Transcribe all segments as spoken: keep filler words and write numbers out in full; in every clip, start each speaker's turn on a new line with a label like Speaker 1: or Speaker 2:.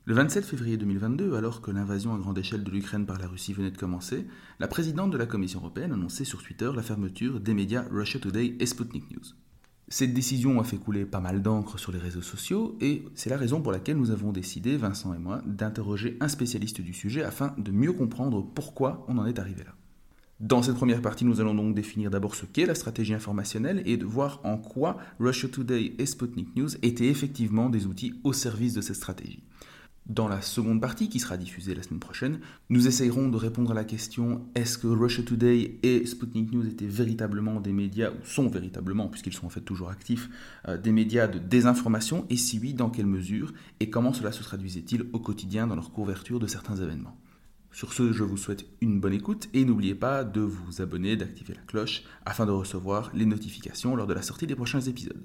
Speaker 1: Le vingt-sept février deux mille vingt-deux, alors que l'invasion à grande échelle de l'Ukraine par la Russie venait de commencer, la présidente de la Commission européenne annonçait sur Twitter la fermeture des médias Russia Today et Sputnik News. Cette décision a fait couler pas mal d'encre sur les réseaux sociaux et c'est la raison pour laquelle nous avons décidé, Vincent et moi, d'interroger un spécialiste du sujet afin de mieux comprendre pourquoi on en est arrivé là. Dans cette première partie, nous allons donc définir d'abord ce qu'est la stratégie informationnelle et de voir en quoi Russia Today et Sputnik News étaient effectivement des outils au service de cette stratégie. Dans la seconde partie, qui sera diffusée la semaine prochaine, nous essayerons de répondre à la question est-ce que Russia Today et Sputnik News étaient véritablement des médias, ou sont véritablement, puisqu'ils sont en fait toujours actifs, euh, des médias de désinformation, et si oui, dans quelle mesure, et comment cela se traduisait-il au quotidien dans leur couverture de certains événements. Sur ce, je vous souhaite une bonne écoute, et n'oubliez pas de vous abonner, d'activer la cloche, afin de recevoir les notifications lors de la sortie des prochains épisodes.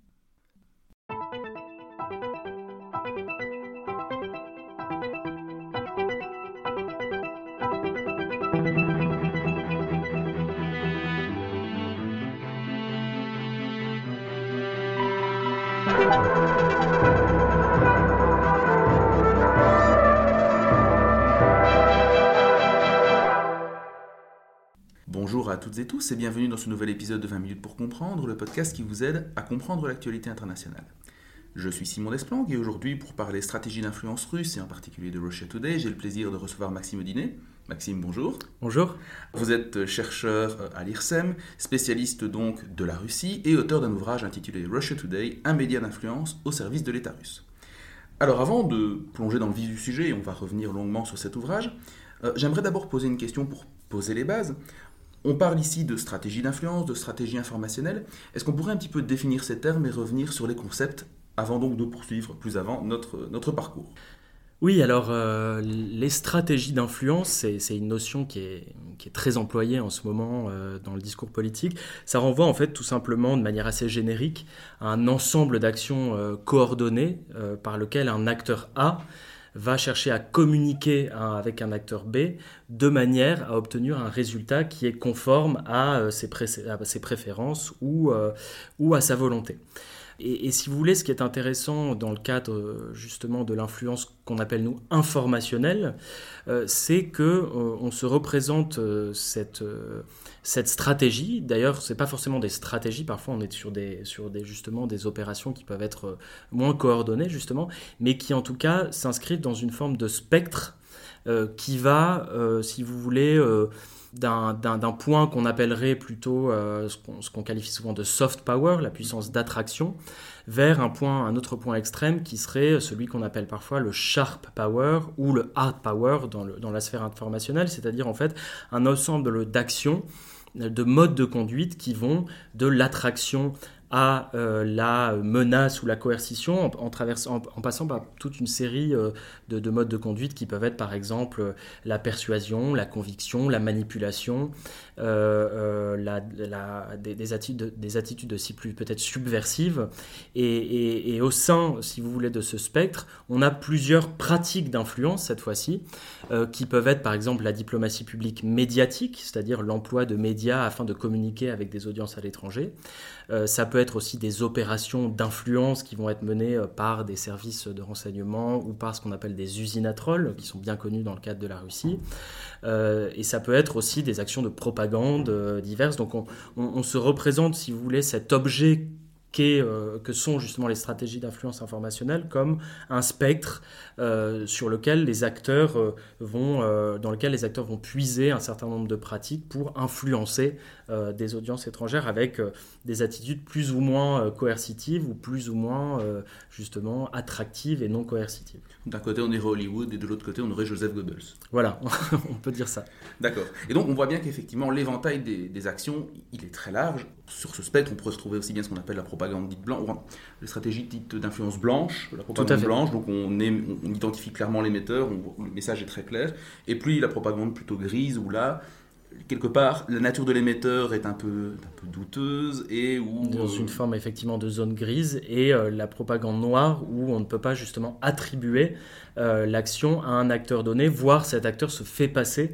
Speaker 1: Bonjour à toutes et tous et bienvenue dans ce nouvel épisode de vingt minutes pour comprendre, le podcast qui vous aide à comprendre l'actualité internationale. Je suis Simon Desplanques et aujourd'hui, pour parler stratégie d'influence russe et en particulier de Russia Today, j'ai le plaisir de recevoir Maxime Audinet. Maxime, bonjour.
Speaker 2: Bonjour.
Speaker 1: Vous êtes chercheur à l'I R S E M, spécialiste donc de la Russie et auteur d'un ouvrage intitulé Russia Today, un média d'influence au service de l'État russe. Alors avant de plonger dans le vif du sujet, et on va revenir longuement sur cet ouvrage, euh, j'aimerais d'abord poser une question pour poser les bases. On parle ici de stratégie d'influence, de stratégie informationnelle. Est-ce qu'on pourrait un petit peu définir ces termes et revenir sur les concepts avant donc de poursuivre plus avant notre, notre parcours ?
Speaker 2: Oui, alors euh, les stratégies d'influence, c'est, c'est une notion qui est, qui est très employée en ce moment euh, dans le discours politique. Ça renvoie en fait tout simplement de manière assez générique à un ensemble d'actions euh, coordonnées euh, par lequel un acteur A va chercher à communiquer avec un acteur B de manière à obtenir un résultat qui est conforme à ses, pré- à ses préférences ou, euh, ou à sa volonté. Et, et si vous voulez, ce qui est intéressant dans le cadre justement de l'influence qu'on appelle nous informationnelle, euh, c'est que euh, on se représente euh, cette euh, cette stratégie. D'ailleurs, c'est pas forcément des stratégies. Parfois, on est sur des sur des justement des opérations qui peuvent être euh, moins coordonnées justement, mais qui en tout cas s'inscrivent dans une forme de spectre euh, qui va, euh, si vous voulez. Euh, D'un, d'un, d'un point qu'on appellerait plutôt euh, ce, qu'on, ce qu'on qualifie souvent de soft power, la puissance d'attraction, vers un point, un autre point extrême qui serait celui qu'on appelle parfois le sharp power ou le hard power dans, le, dans la sphère informationnelle, c'est-à-dire en fait un ensemble d'actions, de modes de conduite qui vont de l'attraction à euh, la menace ou la coercition en, en, traversant, en, en passant par toute une série euh, de, de modes de conduite qui peuvent être par exemple euh, la persuasion, la conviction, la manipulation, euh, euh, la, la, des, des, attitudes, des attitudes aussi plus peut-être subversives. Et, et, et au sein, si vous voulez, de ce spectre, on a plusieurs pratiques d'influence cette fois-ci euh, qui peuvent être par exemple la diplomatie publique médiatique, c'est-à-dire l'emploi de médias afin de communiquer avec des audiences à l'étranger. Euh, ça peut être aussi des opérations d'influence qui vont être menées par des services de renseignement ou par ce qu'on appelle des usines à trolls, qui sont bien connues dans le cadre de la Russie. Euh, et ça peut être aussi des actions de propagande euh, diverses. Donc on, on, on se représente, si vous voulez, cet objet qu'est, euh, que sont justement les stratégies d'influence informationnelle comme un spectre euh, sur lequel les acteurs euh, vont, euh, dans lequel les acteurs vont puiser un certain nombre de pratiques pour influencer euh, des audiences étrangères avec euh, des attitudes plus ou moins euh, coercitives ou plus ou moins euh, justement attractives et non coercitives.
Speaker 1: D'un côté on aurait Hollywood et de l'autre côté on aurait Joseph Goebbels.
Speaker 2: Voilà, on peut dire ça.
Speaker 1: D'accord. Et donc on voit bien qu'effectivement l'éventail des, des actions, il est très large. Sur ce spectre on pourrait se trouver aussi bien ce qu'on appelle la propagande dite blanche, les stratégies dites d'influence blanche, la propagande blanche, donc on, est, on identifie clairement l'émetteur, on, le message est très clair, et puis la propagande plutôt grise où là, quelque part, la nature de l'émetteur est un peu, un peu douteuse et où...
Speaker 2: Dans une forme effectivement de zone grise et euh, la propagande noire où on ne peut pas justement attribuer euh, l'action à un acteur donné, voire cet acteur se fait passer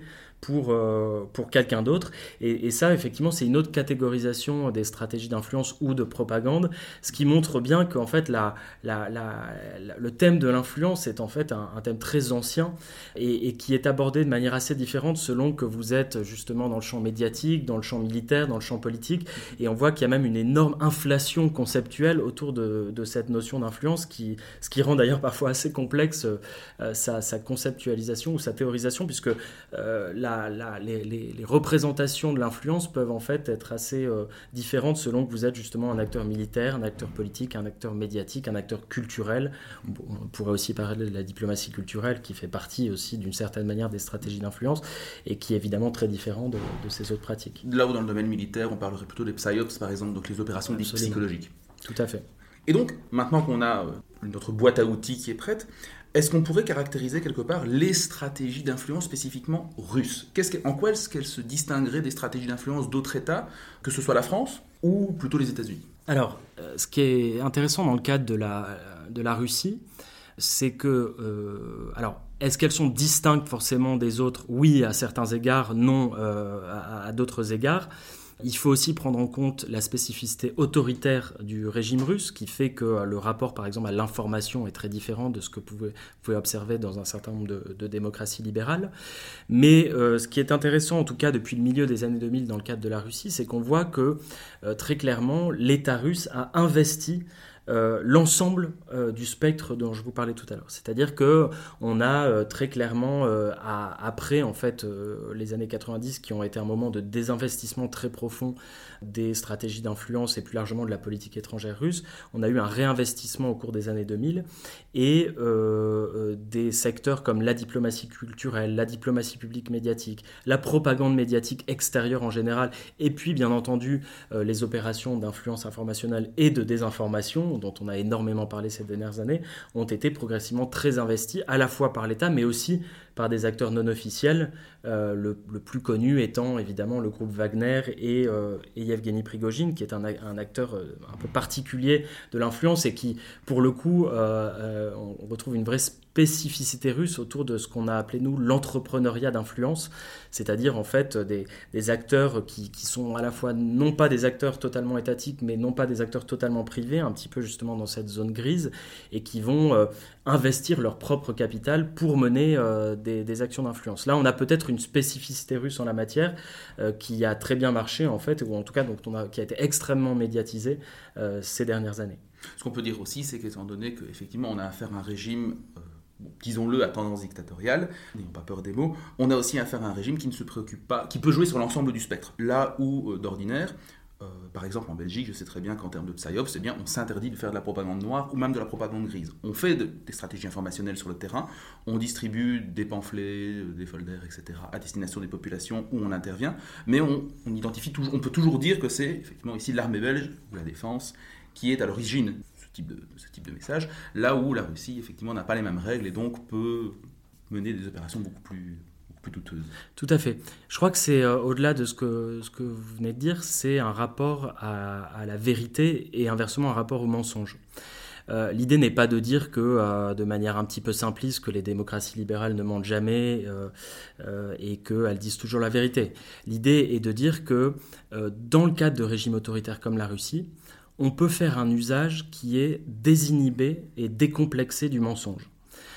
Speaker 2: pour, euh, pour quelqu'un d'autre. Et, et ça, effectivement, c'est une autre catégorisation des stratégies d'influence ou de propagande, ce qui montre bien qu'en fait, la, la, la, la, le thème de l'influence est en fait un, un thème très ancien et, et qui est abordé de manière assez différente selon que vous êtes justement dans le champ médiatique, dans le champ militaire, dans le champ politique. Et on voit qu'il y a même une énorme inflation conceptuelle autour de, de cette notion d'influence, qui, ce qui rend d'ailleurs parfois assez complexe euh, sa, sa conceptualisation ou sa théorisation, puisque euh, la La, la, les, les, les représentations de l'influence peuvent en fait être assez euh, différentes selon que vous êtes justement un acteur militaire, un acteur politique, un acteur médiatique, un acteur culturel. On pourrait aussi parler de la diplomatie culturelle qui fait partie aussi d'une certaine manière des stratégies d'influence et qui est évidemment très différent de, de ces autres pratiques.
Speaker 1: Là où dans le domaine militaire, on parlerait plutôt des psyops par exemple, donc les opérations dites psychologiques.
Speaker 2: Tout à fait.
Speaker 1: Et donc, maintenant qu'on a notre boîte à outils qui est prête, est-ce qu'on pourrait caractériser quelque part les stratégies d'influence spécifiquement russes ? Qu'est-ce que, En quoi est-ce qu'elles se distingueraient des stratégies d'influence d'autres États, que ce soit la France ou plutôt les États-Unis ?
Speaker 2: Alors, euh, ce qui est intéressant dans le cadre de la, de la Russie, c'est que... Euh, alors, est-ce qu'elles sont distinctes forcément des autres ? Oui, à certains égards, non, euh, à, à d'autres égards. Il faut aussi prendre en compte la spécificité autoritaire du régime russe, qui fait que le rapport, par exemple, à l'information est très différent de ce que vous pouvez, vous pouvez observer dans un certain nombre de, de démocraties libérales. Mais euh, ce qui est intéressant, en tout cas depuis le milieu des années deux mille dans le cadre de la Russie, c'est qu'on voit que, euh, très clairement, l'État russe a investi Euh, l'ensemble euh, du spectre dont je vous parlais tout à l'heure. C'est-à-dire qu'on a euh, très clairement, euh, à, après en fait, euh, les années quatre-vingt-dix, qui ont été un moment de désinvestissement très profond des stratégies d'influence et plus largement de la politique étrangère russe, on a eu un réinvestissement au cours des années deux mille et euh, euh, des secteurs comme la diplomatie culturelle, la diplomatie publique médiatique, la propagande médiatique extérieure en général, et puis bien entendu euh, les opérations d'influence informationnelle et de désinformation, dont on a énormément parlé ces dernières années, ont été progressivement très investis, à la fois par l'État, mais aussi par des acteurs non officiels, euh, le, le plus connu étant évidemment le groupe Wagner et, euh, et Yevgeny Prigojine, qui est un, un acteur euh, un peu particulier de l'influence et qui, pour le coup, euh, euh, on retrouve une vraie spécificité russe autour de ce qu'on a appelé, nous, l'entrepreneuriat d'influence, c'est-à-dire en fait des, des acteurs qui, qui sont à la fois non pas des acteurs totalement étatiques, mais non pas des acteurs totalement privés, un petit peu justement dans cette zone grise, et qui vont euh, investir leur propre capital pour mener euh, des, des actions d'influence. Là, on a peut-être une spécificité russe en la matière euh, qui a très bien marché, en fait, ou en tout cas donc, on a, qui a été extrêmement médiatisée euh, ces dernières années.
Speaker 1: Ce qu'on peut dire aussi, c'est qu'étant donné qu'effectivement on a affaire à un régime, euh, bon, disons-le, à tendance dictatoriale, n'ayons pas peur des mots, on a aussi affaire à un régime qui ne se préoccupe pas, qui peut jouer sur l'ensemble du spectre. Là où, euh, d'ordinaire, Euh, par exemple en Belgique, je sais très bien qu'en termes de psyops, eh bien, on s'interdit de faire de la propagande noire ou même de la propagande grise. On fait de, des stratégies informationnelles sur le terrain, on distribue des pamphlets, des folders, et cetera à destination des populations où on intervient, mais on, on identifie toujours, on peut toujours dire que c'est effectivement ici l'armée belge ou la défense qui est à l'origine de ce type de, de, ce type de message, là où la Russie effectivement n'a pas les mêmes règles et donc peut mener des opérations beaucoup plus plus douteuse.
Speaker 2: Tout à fait. Je crois que c'est euh, au-delà de ce que, ce que vous venez de dire, c'est un rapport à, à la vérité et inversement un rapport au mensonge. Euh, l'idée n'est pas de dire que, euh, de manière un petit peu simpliste, que les démocraties libérales ne mentent jamais euh, euh, et qu'elles disent toujours la vérité. L'idée est de dire que, euh, dans le cadre de régimes autoritaires comme la Russie, on peut faire un usage qui est désinhibé et décomplexé du mensonge.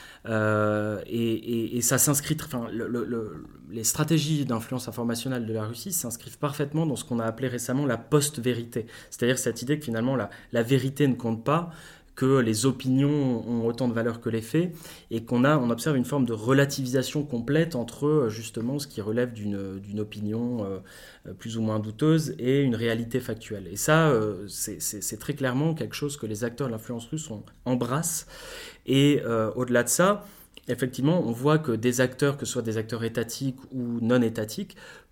Speaker 2: Euh, et, et, et ça s'inscrit, enfin, le, le, le, les stratégies d'influence informationnelle de la Russie s'inscrivent parfaitement dans ce qu'on a appelé récemment la post-vérité. C'est-à-dire cette idée que finalement la, la vérité ne compte pas, que les opinions ont autant de valeur que les faits, et qu'on a, on observe une forme de relativisation complète entre justement ce qui relève d'une, d'une opinion euh, plus ou moins douteuse et une réalité factuelle. Et ça, euh, c'est, c'est, c'est très clairement quelque chose que les acteurs de l'influence russe ont, embrassent. Et euh, au-delà de ça, effectivement, on voit que des acteurs, que ce soit des acteurs étatiques ou non étatiques,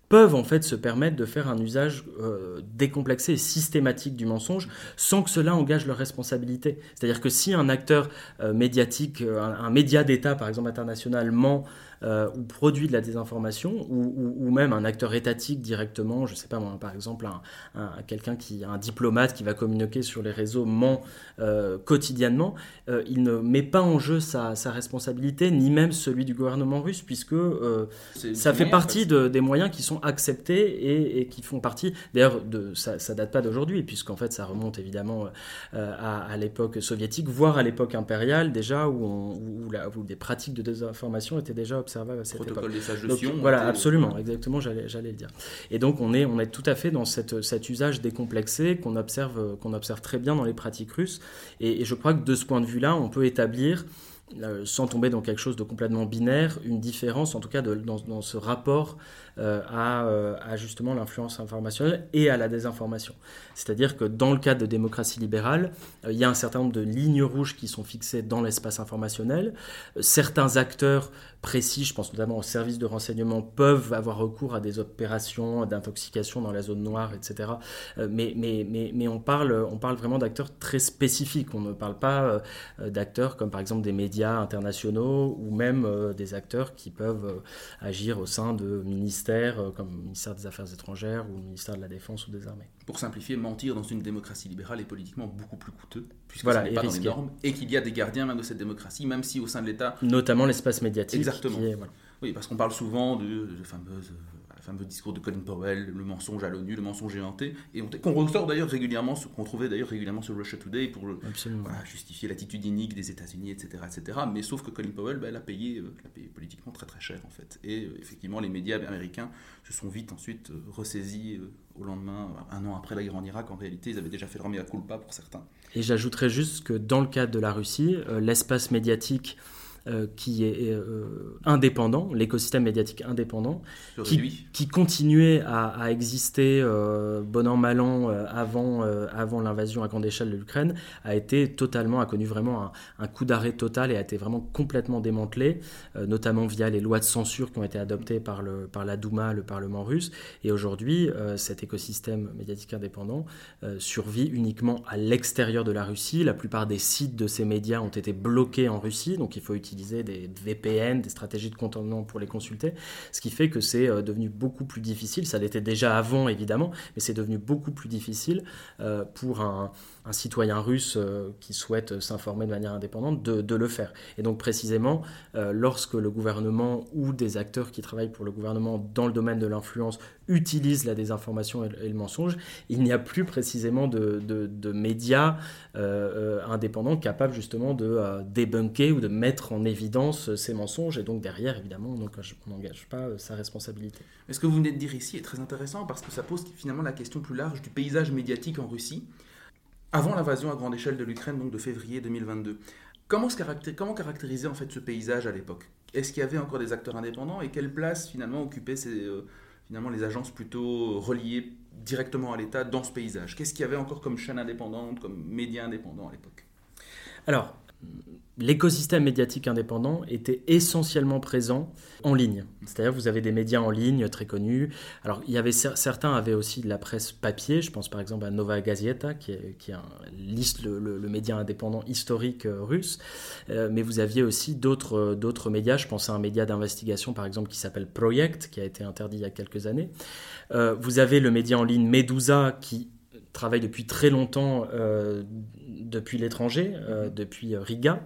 Speaker 2: peuvent en fait se permettre de faire un usage euh, décomplexé et systématique du mensonge sans que cela engage leur responsabilité. C'est-à-dire que si un acteur euh, médiatique, un, un média d'État par exemple international ment euh, ou produit de la désinformation, ou, ou, ou même un acteur étatique directement, je ne sais pas moi, par exemple un, un, quelqu'un qui, un diplomate qui va communiquer sur les réseaux ment euh, quotidiennement, euh, il ne met pas en jeu sa, sa responsabilité, ni même celui du gouvernement russe, puisque euh, ça fait partie de, des moyens qui sont acceptés et, et qui font partie, d'ailleurs de, ça, ça date pas d'aujourd'hui, puisqu'en fait ça remonte évidemment euh, à, à l'époque soviétique, voire à l'époque impériale déjà, où, on, où, la, où des pratiques de désinformation étaient déjà observables à cette
Speaker 1: protocole
Speaker 2: époque.
Speaker 1: Des sages de
Speaker 2: donc,
Speaker 1: Sion.
Speaker 2: voilà,
Speaker 1: était...
Speaker 2: absolument, exactement, j'allais, j'allais le dire. Et donc on est, on est tout à fait dans cette, cet usage décomplexé qu'on observe, qu'on observe très bien dans les pratiques russes, et, et je crois que de ce point de vue-là, on peut établir, Euh, sans tomber dans quelque chose de complètement binaire, une différence en tout cas de, dans, dans ce rapport euh, à, euh, à justement l'influence informationnelle et à la désinformation. C'est-à-dire que dans le cadre de démocratie libérale, euh, il y a un certain nombre de lignes rouges qui sont fixées dans l'espace informationnel. Euh, certains acteurs précis, je pense notamment aux services de renseignement, peuvent avoir recours à des opérations d'intoxication dans la zone noire, et cetera. Euh, mais, mais, mais, mais on parle, on parle vraiment d'acteurs très spécifiques. On ne parle pas euh, d'acteurs comme par exemple des médias internationaux ou même euh, des acteurs qui peuvent euh, agir au sein de ministères euh, comme le ministère des Affaires étrangères ou le ministère de la Défense ou des Armées.
Speaker 1: Pour simplifier, mentir dans une démocratie libérale est politiquement beaucoup plus couteux, puisque
Speaker 2: voilà,
Speaker 1: ce n'est pas
Speaker 2: risqué.
Speaker 1: dans les normes, et qu'il y a des gardiens même de cette démocratie, même si au sein de l'État...
Speaker 2: Notamment l'espace médiatique.
Speaker 1: Exactement.
Speaker 2: Qui est, voilà.
Speaker 1: Oui, parce qu'on parle souvent de, de fameuses... le fameux discours de Colin Powell, le mensonge à l'ONU, le mensonge éhenté, et on, qu'on ressort d'ailleurs régulièrement, qu'on trouvait d'ailleurs régulièrement sur Russia Today pour le, voilà, justifier l'attitude inique des États-Unis, et cetera, et cetera. Mais sauf que Colin Powell, ben, l'a payé, euh, l'a payé politiquement très très cher en fait. Et euh, effectivement, les médias américains se sont vite ensuite euh, ressaisis euh, au lendemain, un an après la guerre en Irak. En réalité, ils avaient déjà fait leur mea culpa pour certains.
Speaker 2: Et j'ajouterais juste que dans le cadre de la Russie, euh, l'espace médiatique Euh, qui est euh, indépendant, l'écosystème médiatique indépendant, qui, qui continuait à, à exister euh, bon an mal an euh, avant, euh, avant l'invasion à grande échelle de l'Ukraine, a été totalement, a connu vraiment un, un coup d'arrêt total et a été vraiment complètement démantelé, euh, notamment via les lois de censure qui ont été adoptées par, le, par la Douma, le Parlement russe. Et aujourd'hui, euh, cet écosystème médiatique indépendant euh, survit uniquement à l'extérieur de la Russie. La plupart des sites de ces médias ont été bloqués en Russie, donc il faut utiliser des V P N, des stratégies de contournement pour les consulter, ce qui fait que c'est euh, devenu beaucoup plus difficile, ça l'était déjà avant évidemment, mais c'est devenu beaucoup plus difficile euh, pour un, un citoyen russe euh, qui souhaite s'informer de manière indépendante de, de le faire. Et donc précisément, euh, lorsque le gouvernement ou des acteurs qui travaillent pour le gouvernement dans le domaine de l'influence utilisent la désinformation et le, et le mensonge, il n'y a plus précisément de, de, de médias euh, euh, indépendants capables justement de euh, débunker ou de mettre en évidence ces mensonges, et donc derrière, évidemment, on n'engage pas sa responsabilité.
Speaker 1: Mais ce que vous venez de dire ici est très intéressant parce que ça pose finalement la question plus large du paysage médiatique en Russie avant l'invasion à grande échelle de l'Ukraine, donc de février deux mille vingt-deux. Comment, se caractér- comment caractériser en fait ce paysage à l'époque ? Est-ce qu'il y avait encore des acteurs indépendants et quelle place finalement occupaient ces, euh, finalement les agences plutôt reliées directement à l'État dans ce paysage ? Qu'est-ce qu'il y avait encore comme chaîne indépendante, comme médias indépendants à l'époque ?
Speaker 2: Alors, l'écosystème médiatique indépendant était essentiellement présent en ligne. C'est-à-dire vous avez des médias en ligne très connus. Alors, il y avait, certains avaient aussi de la presse papier. Je pense par exemple à Novaya Gazeta, qui est, qui est un, liste, le, le, le média indépendant historique euh, russe. Euh, mais vous aviez aussi d'autres, euh, d'autres médias. Je pense à un média d'investigation, par exemple, qui s'appelle Project, qui a été interdit il y a quelques années. Euh, vous avez le média en ligne Medusa, qui travaille depuis très longtemps euh, depuis l'étranger, euh, depuis Riga.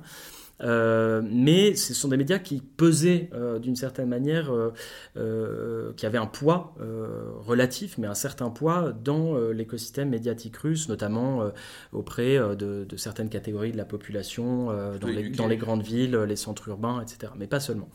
Speaker 2: Euh, mais ce sont des médias qui pesaient euh, d'une certaine manière, euh, euh, qui avaient un poids euh, relatif, mais un certain poids dans euh, l'écosystème médiatique russe, notamment euh, auprès euh, de, de certaines catégories de la population, euh, dans, les, dans les grandes villes, les centres urbains, et cetera. Mais pas seulement.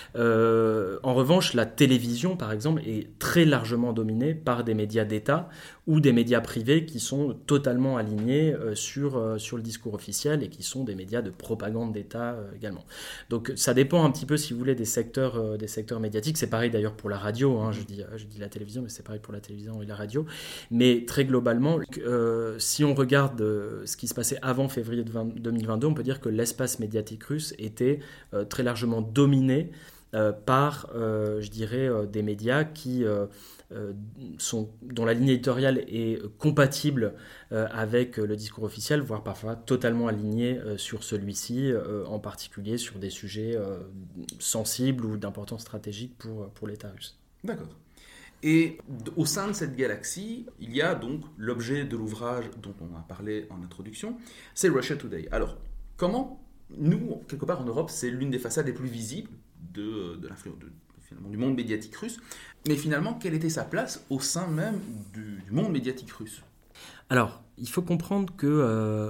Speaker 2: Euh, en revanche, la télévision, par exemple, est très largement dominée par des médias d'État ou des médias privés qui sont totalement alignés euh, sur, euh, sur le discours officiel et qui sont des médias de propagande d'État euh, également. Donc ça dépend un petit peu, si vous voulez, des secteurs, euh, des secteurs médiatiques. C'est pareil d'ailleurs pour la radio, hein, je, dis, je dis la télévision, mais c'est pareil pour la télévision et la radio. Mais très globalement, euh, si on regarde euh, ce qui se passait avant février deux mille vingt-deux, on peut dire que l'espace médiatique russe était euh, très largement dominé euh, par, euh, je dirais, euh, des médias qui, euh, euh, sont, dont la ligne éditoriale est compatible euh, avec le discours officiel, voire parfois totalement alignée euh, sur celui-ci, euh, en particulier sur des sujets euh, sensibles ou d'importance stratégique pour, pour l'État russe.
Speaker 1: D'accord. Et au sein de cette galaxie, il y a donc l'objet de l'ouvrage dont on a parlé en introduction, c'est Russia Today. Alors, comment, nous, quelque part en Europe, c'est l'une des façades les plus visibles de, de l'influence de, finalement, du monde médiatique russe, mais finalement, quelle était sa place au sein même du, du monde médiatique russe ?
Speaker 2: Alors, il faut comprendre que euh,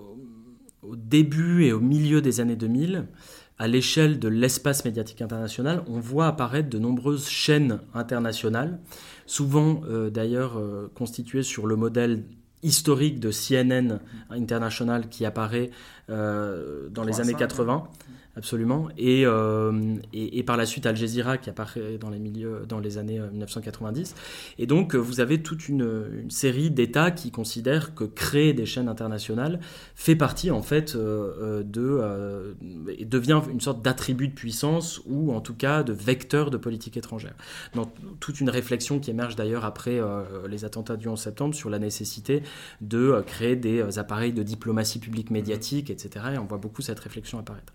Speaker 2: au début et au milieu des années deux mille, à l'échelle de l'espace médiatique international, on voit apparaître de nombreuses chaînes internationales, souvent euh, d'ailleurs euh, constituées sur le modèle historique de C N N International qui apparaît euh, dans les années quatre-vingts. Absolument. Et, euh, et, et par la suite Al Jazeera qui apparaît dans les, milieux, dans les années dix-neuf cent quatre-vingt-dix. Et donc vous avez toute une, une série d'États qui considèrent que créer des chaînes internationales fait partie en fait euh, de... Euh, et devient une sorte d'attribut de puissance ou en tout cas de vecteur de politique étrangère. Dans toute une réflexion qui émerge d'ailleurs après euh, les attentats du onze septembre sur la nécessité de euh, créer des appareils de diplomatie publique médiatique, et cetera. Et on voit beaucoup cette réflexion apparaître.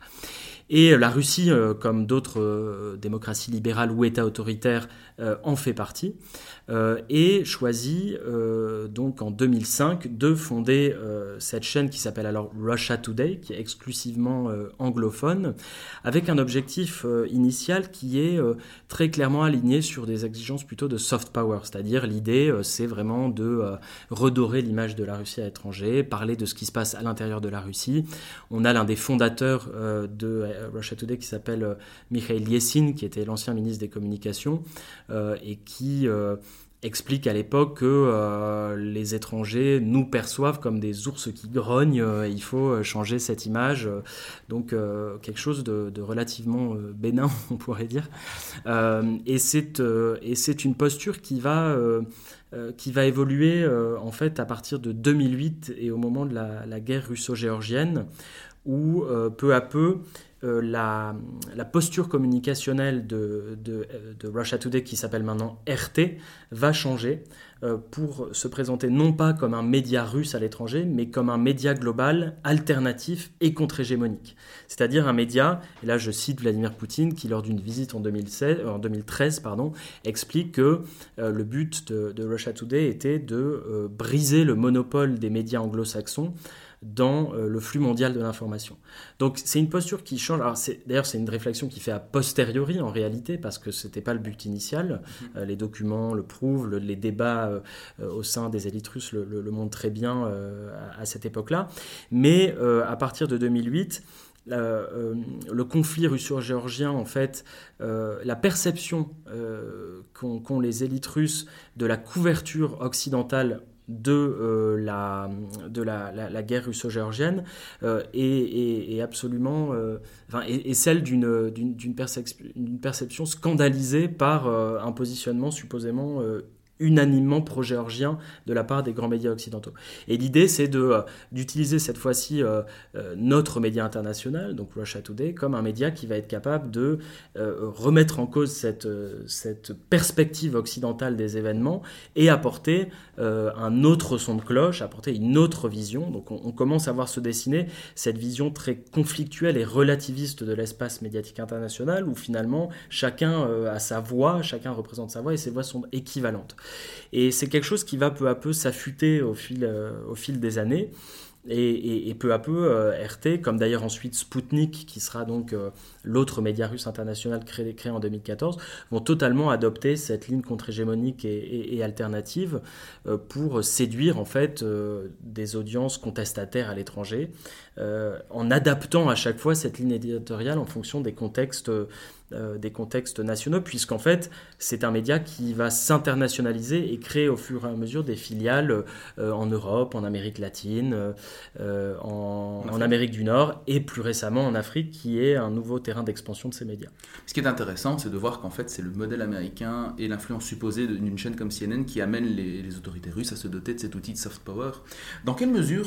Speaker 2: Et la Russie, euh, comme d'autres euh, démocraties libérales ou États autoritaires, euh, en fait partie, euh, et choisit euh, donc en deux mille cinq de fonder euh, cette chaîne qui s'appelle alors Russia Today, qui est exclusivement euh, anglophone, avec un objectif euh, initial qui est euh, très clairement aligné sur des exigences plutôt de soft power, c'est-à-dire l'idée euh, c'est vraiment de euh, redorer l'image de la Russie à l'étranger, parler de ce qui se passe à l'intérieur de la Russie. On a l'un des fondateurs euh, de Russia Today qui s'appelle euh, Mikhail Yeltsin, qui était l'ancien ministre des Communications euh, et qui euh, explique à l'époque que euh, les étrangers nous perçoivent comme des ours qui grognent, euh, et il faut changer cette image. Euh, donc euh, quelque chose de, de relativement euh, bénin, on pourrait dire. Euh, et, c'est, euh, et c'est une posture qui va... Euh, euh, qui va évoluer euh, en fait à partir de deux mille huit et au moment de la, la guerre russo-géorgienne, où euh, peu à peu euh, la, la posture communicationnelle de, de, de Russia Today, qui s'appelle maintenant R T, va changer euh, pour se présenter non pas comme un média russe à l'étranger, mais comme un média global alternatif et contre-hégémonique. C'est-à-dire un média, et là je cite Vladimir Poutine, qui lors d'une visite en, deux mille seize, en deux mille treize pardon, explique que euh, le but de, de Russia Today était de euh, briser le monopole des médias anglo-saxons dans euh, le flux mondial de l'information. Donc c'est une posture qui change. Alors, c'est, d'ailleurs, c'est une réflexion qui fait a posteriori en réalité, parce que ce n'était pas le but initial. Mmh. Euh, les documents le prouvent, le, les débats euh, euh, au sein des élites russes le, le, le montrent très bien euh, à, à cette époque-là. Mais euh, à partir de deux mille huit, Euh, euh, le conflit russo-géorgien, en fait, euh, la perception euh, qu'ont, qu'ont les élites russes de la couverture occidentale de, euh, la, de la, la, la guerre russo-géorgienne euh, est, est, est absolument euh, enfin, est, est celle d'une, d'une, d'une, percep- d'une perception scandalisée par euh, un positionnement supposément euh, unanimement pro-géorgien de la part des grands médias occidentaux. Et l'idée, c'est de, euh, d'utiliser cette fois-ci euh, euh, notre média international, donc Russia Today, comme un média qui va être capable de euh, remettre en cause cette, euh, cette perspective occidentale des événements et apporter euh, un autre son de cloche, apporter une autre vision. Donc on, on commence à voir se dessiner cette vision très conflictuelle et relativiste de l'espace médiatique international, où finalement chacun euh, a sa voix, chacun représente sa voix et ses voix sont équivalentes. Et c'est quelque chose qui va peu à peu s'affûter au fil, euh, au fil des années. Et, et, et peu à peu, euh, R T, comme d'ailleurs ensuite Sputnik, qui sera donc euh, l'autre média russe international créé, créé en deux mille quatorze, vont totalement adopter cette ligne contre-hégémonique et, et, et alternative euh, pour séduire en fait euh, des audiences contestataires à l'étranger, euh, en adaptant à chaque fois cette ligne éditoriale en fonction des contextes euh, Euh, des contextes nationaux, puisqu'en fait, c'est un média qui va s'internationaliser et créer au fur et à mesure des filiales euh, en Europe, en Amérique latine, euh, en, en Amérique du Nord et plus récemment en Afrique, qui est un nouveau terrain d'expansion de ces médias.
Speaker 1: Ce qui est intéressant, c'est de voir qu'en fait, c'est le modèle américain et l'influence supposée d'une chaîne comme C N N qui amène les, les autorités russes à se doter de cet outil de soft power. Dans quelle mesure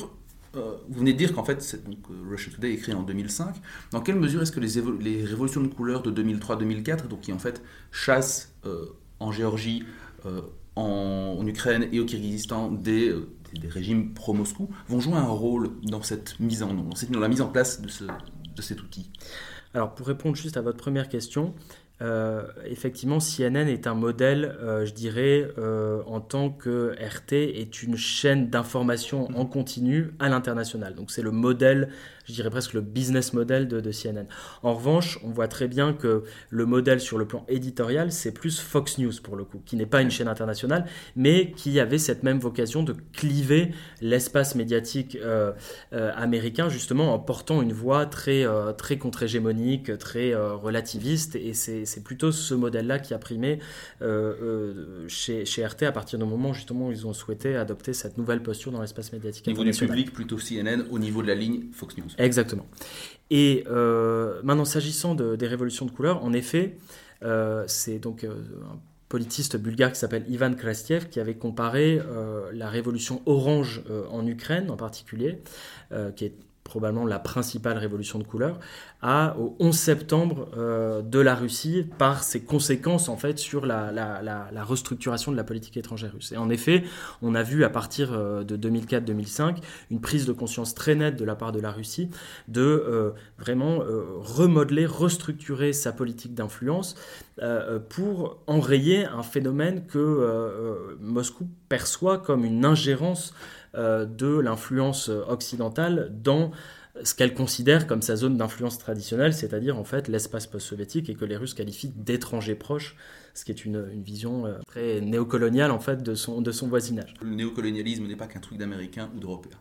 Speaker 1: euh, vous venez de dire qu'en fait, c'est, donc, euh, Russia Today est créé en deux mille cinq. Dans quelle mesure est-ce que les, évo- les révolutions de couleur de deux mille trois deux mille quatre, donc qui en fait chassent euh, en Géorgie, euh, en, en Ukraine et au Kirghizistan des, euh, des, des régimes pro-Moscou, vont jouer un rôle dans cette mise en, dans, cette, dans la mise en place de, ce, de cet outil?
Speaker 2: Alors, pour répondre juste à votre première question, euh, effectivement, C N N est un modèle, euh, je dirais, euh, en tant que R T est une chaîne d'information en continu à l'international. Donc, c'est le modèle, je dirais presque le business model de, de C N N. En revanche, on voit très bien que le modèle sur le plan éditorial, c'est plus Fox News pour le coup, qui n'est pas une chaîne internationale, mais qui avait cette même vocation de cliver l'espace médiatique euh, euh, américain, justement en portant une voix très, euh, très contre-hégémonique, très euh, relativiste, et c'est, c'est plutôt ce modèle-là qui a primé euh, euh, chez, chez R T à partir du moment justement où ils ont souhaité adopter cette nouvelle posture dans l'espace médiatique
Speaker 1: au niveau du
Speaker 2: international.
Speaker 1: public, plutôt C N N, au niveau de la ligne, Fox News.
Speaker 2: Exactement. Et euh, maintenant, s'agissant de, des révolutions de couleur, en effet, euh, c'est donc euh, un politiste bulgare qui s'appelle Ivan Krastiev qui avait comparé euh, la révolution orange euh, en Ukraine en particulier, euh, qui est probablement la principale révolution de couleur, à, au onze septembre euh, de la Russie par ses conséquences en fait sur la, la, la, la restructuration de la politique étrangère russe. Et en effet, on a vu à partir euh, de deux mille quatre deux mille cinq une prise de conscience très nette de la part de la Russie de euh, vraiment euh, remodeler, restructurer sa politique d'influence euh, pour enrayer un phénomène que euh, Moscou perçoit comme une ingérence de l'influence occidentale dans ce qu'elle considère comme sa zone d'influence traditionnelle, c'est-à-dire en fait l'espace post-soviétique et que les Russes qualifient d'étrangers proches, ce qui est une, une vision euh, très néocoloniale en fait de son, de son voisinage.
Speaker 1: Le néocolonialisme n'est pas qu'un truc d'Américains ou d'Européens.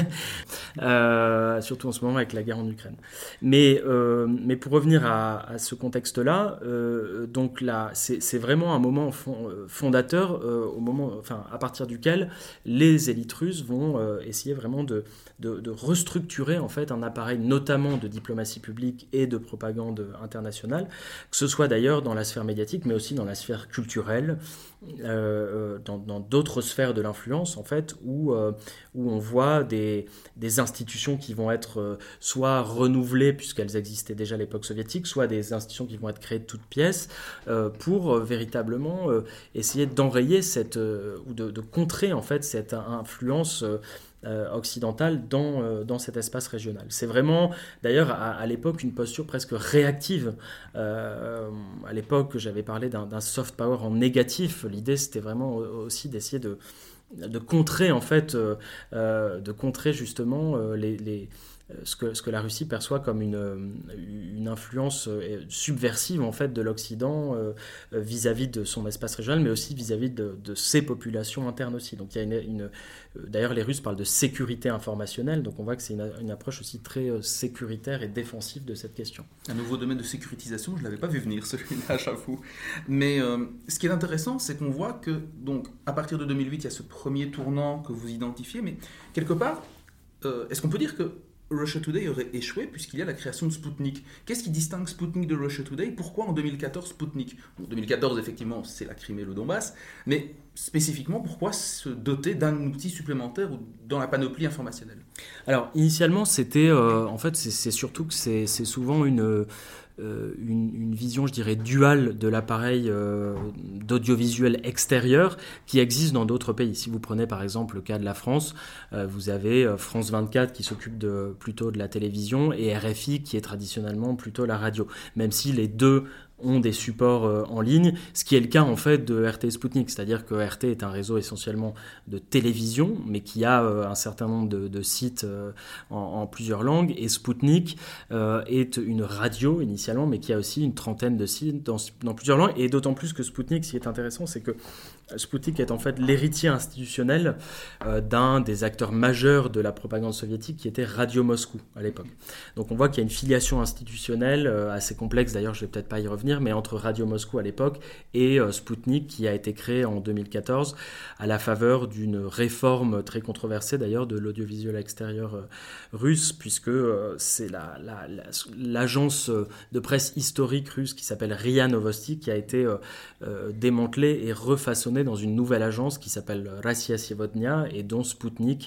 Speaker 2: euh, surtout en ce moment avec la guerre en Ukraine. Mais, euh, mais pour revenir à, à ce contexte-là, euh, donc là, c'est, c'est vraiment un moment fond, fondateur euh, au moment, enfin, à partir duquel les élites russes vont euh, essayer vraiment de, de, de restructurer en fait un appareil notamment de diplomatie publique et de propagande internationale, que ce soit d'ailleurs dans la sphère médiatique, mais aussi dans la sphère culturelle, euh, dans, dans d'autres sphères de l'influence en fait, où, euh, où on voit des, des institutions qui vont être euh, soit renouvelées puisqu'elles existaient déjà à l'époque soviétique, soit des institutions qui vont être créées de toutes pièces euh, pour euh, véritablement euh, essayer d'enrayer cette, euh, ou de, de contrer en fait cette influence euh, Euh, occidentale dans, euh, dans cet espace régional. C'est vraiment, d'ailleurs, à, à l'époque, une posture presque réactive. Euh, à l'époque, j'avais parlé d'un, d'un soft power en négatif. L'idée, c'était vraiment aussi d'essayer de, de contrer, en fait, euh, euh, de contrer justement euh, les... les Ce que, ce que la Russie perçoit comme une, une influence subversive en fait, de l'Occident euh, vis-à-vis de son espace régional, mais aussi vis-à-vis de, de ses populations internes aussi. Donc, il y a une, une, d'ailleurs, les Russes parlent de sécurité informationnelle, donc on voit que c'est une, une approche aussi très sécuritaire et défensive de cette question.
Speaker 1: Un nouveau domaine de sécurisation, je ne l'avais pas vu venir celui-là, j'avoue. Mais euh, ce qui est intéressant, c'est qu'on voit que, donc, à partir de deux mille huit, il y a ce premier tournant que vous identifiez, mais quelque part, euh, est-ce qu'on peut dire que Russia Today aurait échoué puisqu'il y a la création de Sputnik? Qu'est-ce qui distingue Sputnik de Russia Today? Pourquoi en deux mille quatorze Sputnik? Bon, deux mille quatorze, effectivement, c'est la Crimée et le Donbass, mais spécifiquement, pourquoi se doter d'un outil supplémentaire dans la panoplie informationnelle?
Speaker 2: Alors, initialement, c'était... Euh, en fait, c'est, c'est surtout que c'est, c'est souvent une... Euh, une, une vision, je dirais, duale de l'appareil euh, d'audiovisuel extérieur qui existe dans d'autres pays. Si vous prenez par exemple le cas de la France, euh, vous avez euh, France vingt-quatre qui s'occupe de, plutôt de la télévision et R F I qui est traditionnellement plutôt la radio. Même si les deux ont des supports euh, en ligne, ce qui est le cas en fait de R T Sputnik, c'est-à-dire que R T est un réseau essentiellement de télévision, mais qui a euh, un certain nombre de, de sites euh, en, en plusieurs langues, et Sputnik euh, est une radio initialement, mais qui a aussi une trentaine de sites dans, dans plusieurs langues, et d'autant plus que Sputnik, ce qui est intéressant, c'est que Sputnik est en fait l'héritier institutionnel euh, d'un des acteurs majeurs de la propagande soviétique qui était Radio Moscou à l'époque. Donc on voit qu'il y a une filiation institutionnelle euh, assez complexe, d'ailleurs je ne vais peut-être pas y revenir, mais entre Radio Moscou à l'époque et euh, Sputnik qui a été créé en deux mille quatorze à la faveur d'une réforme très controversée d'ailleurs de l'audiovisuel extérieur euh, russe, puisque euh, c'est la, la, la, l'agence de presse historique russe qui s'appelle R I A Novosti qui a été euh, euh, démantelée et refaçonnée dans une nouvelle agence qui s'appelle Rossiya Sevodnya et dont Sputnik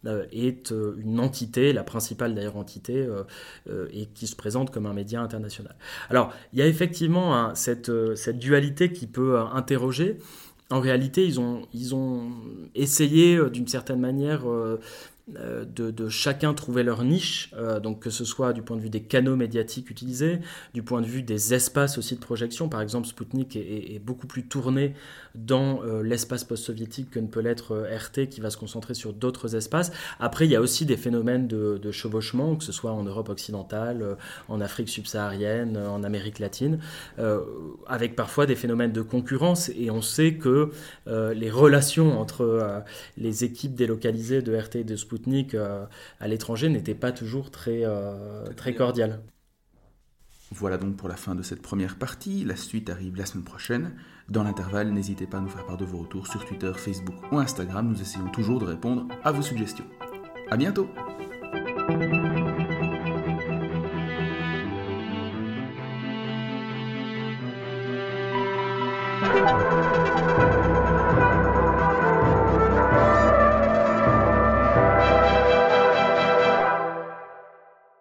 Speaker 2: euh, est euh, une entité, la principale d'ailleurs entité, euh, euh, et qui se présente comme un média international. Alors, il y a effectivement hein, cette, euh, cette dualité qui peut euh, interroger. En réalité, ils ont, ils ont essayé euh, d'une certaine manière euh, De, de chacun trouver leur niche, euh, donc que ce soit du point de vue des canaux médiatiques utilisés, du point de vue des espaces aussi de projection. Par exemple, Sputnik est, est, est beaucoup plus tourné dans euh, l'espace post-soviétique que ne peut l'être euh, R T, qui va se concentrer sur d'autres espaces. Après, il y a aussi des phénomènes de, de chevauchement, que ce soit en Europe occidentale, euh, en Afrique subsaharienne, euh, en Amérique latine, euh, avec parfois des phénomènes de concurrence. Et on sait que euh, les relations entre euh, les équipes délocalisées de R T et de Sputnik à l'étranger n'était pas toujours très, euh, très cordial.
Speaker 1: Voilà donc pour la fin de cette première partie. La suite arrive la semaine prochaine. Dans l'intervalle, n'hésitez pas à nous faire part de vos retours sur Twitter, Facebook ou Instagram. Nous essayons toujours de répondre à vos suggestions. À bientôt!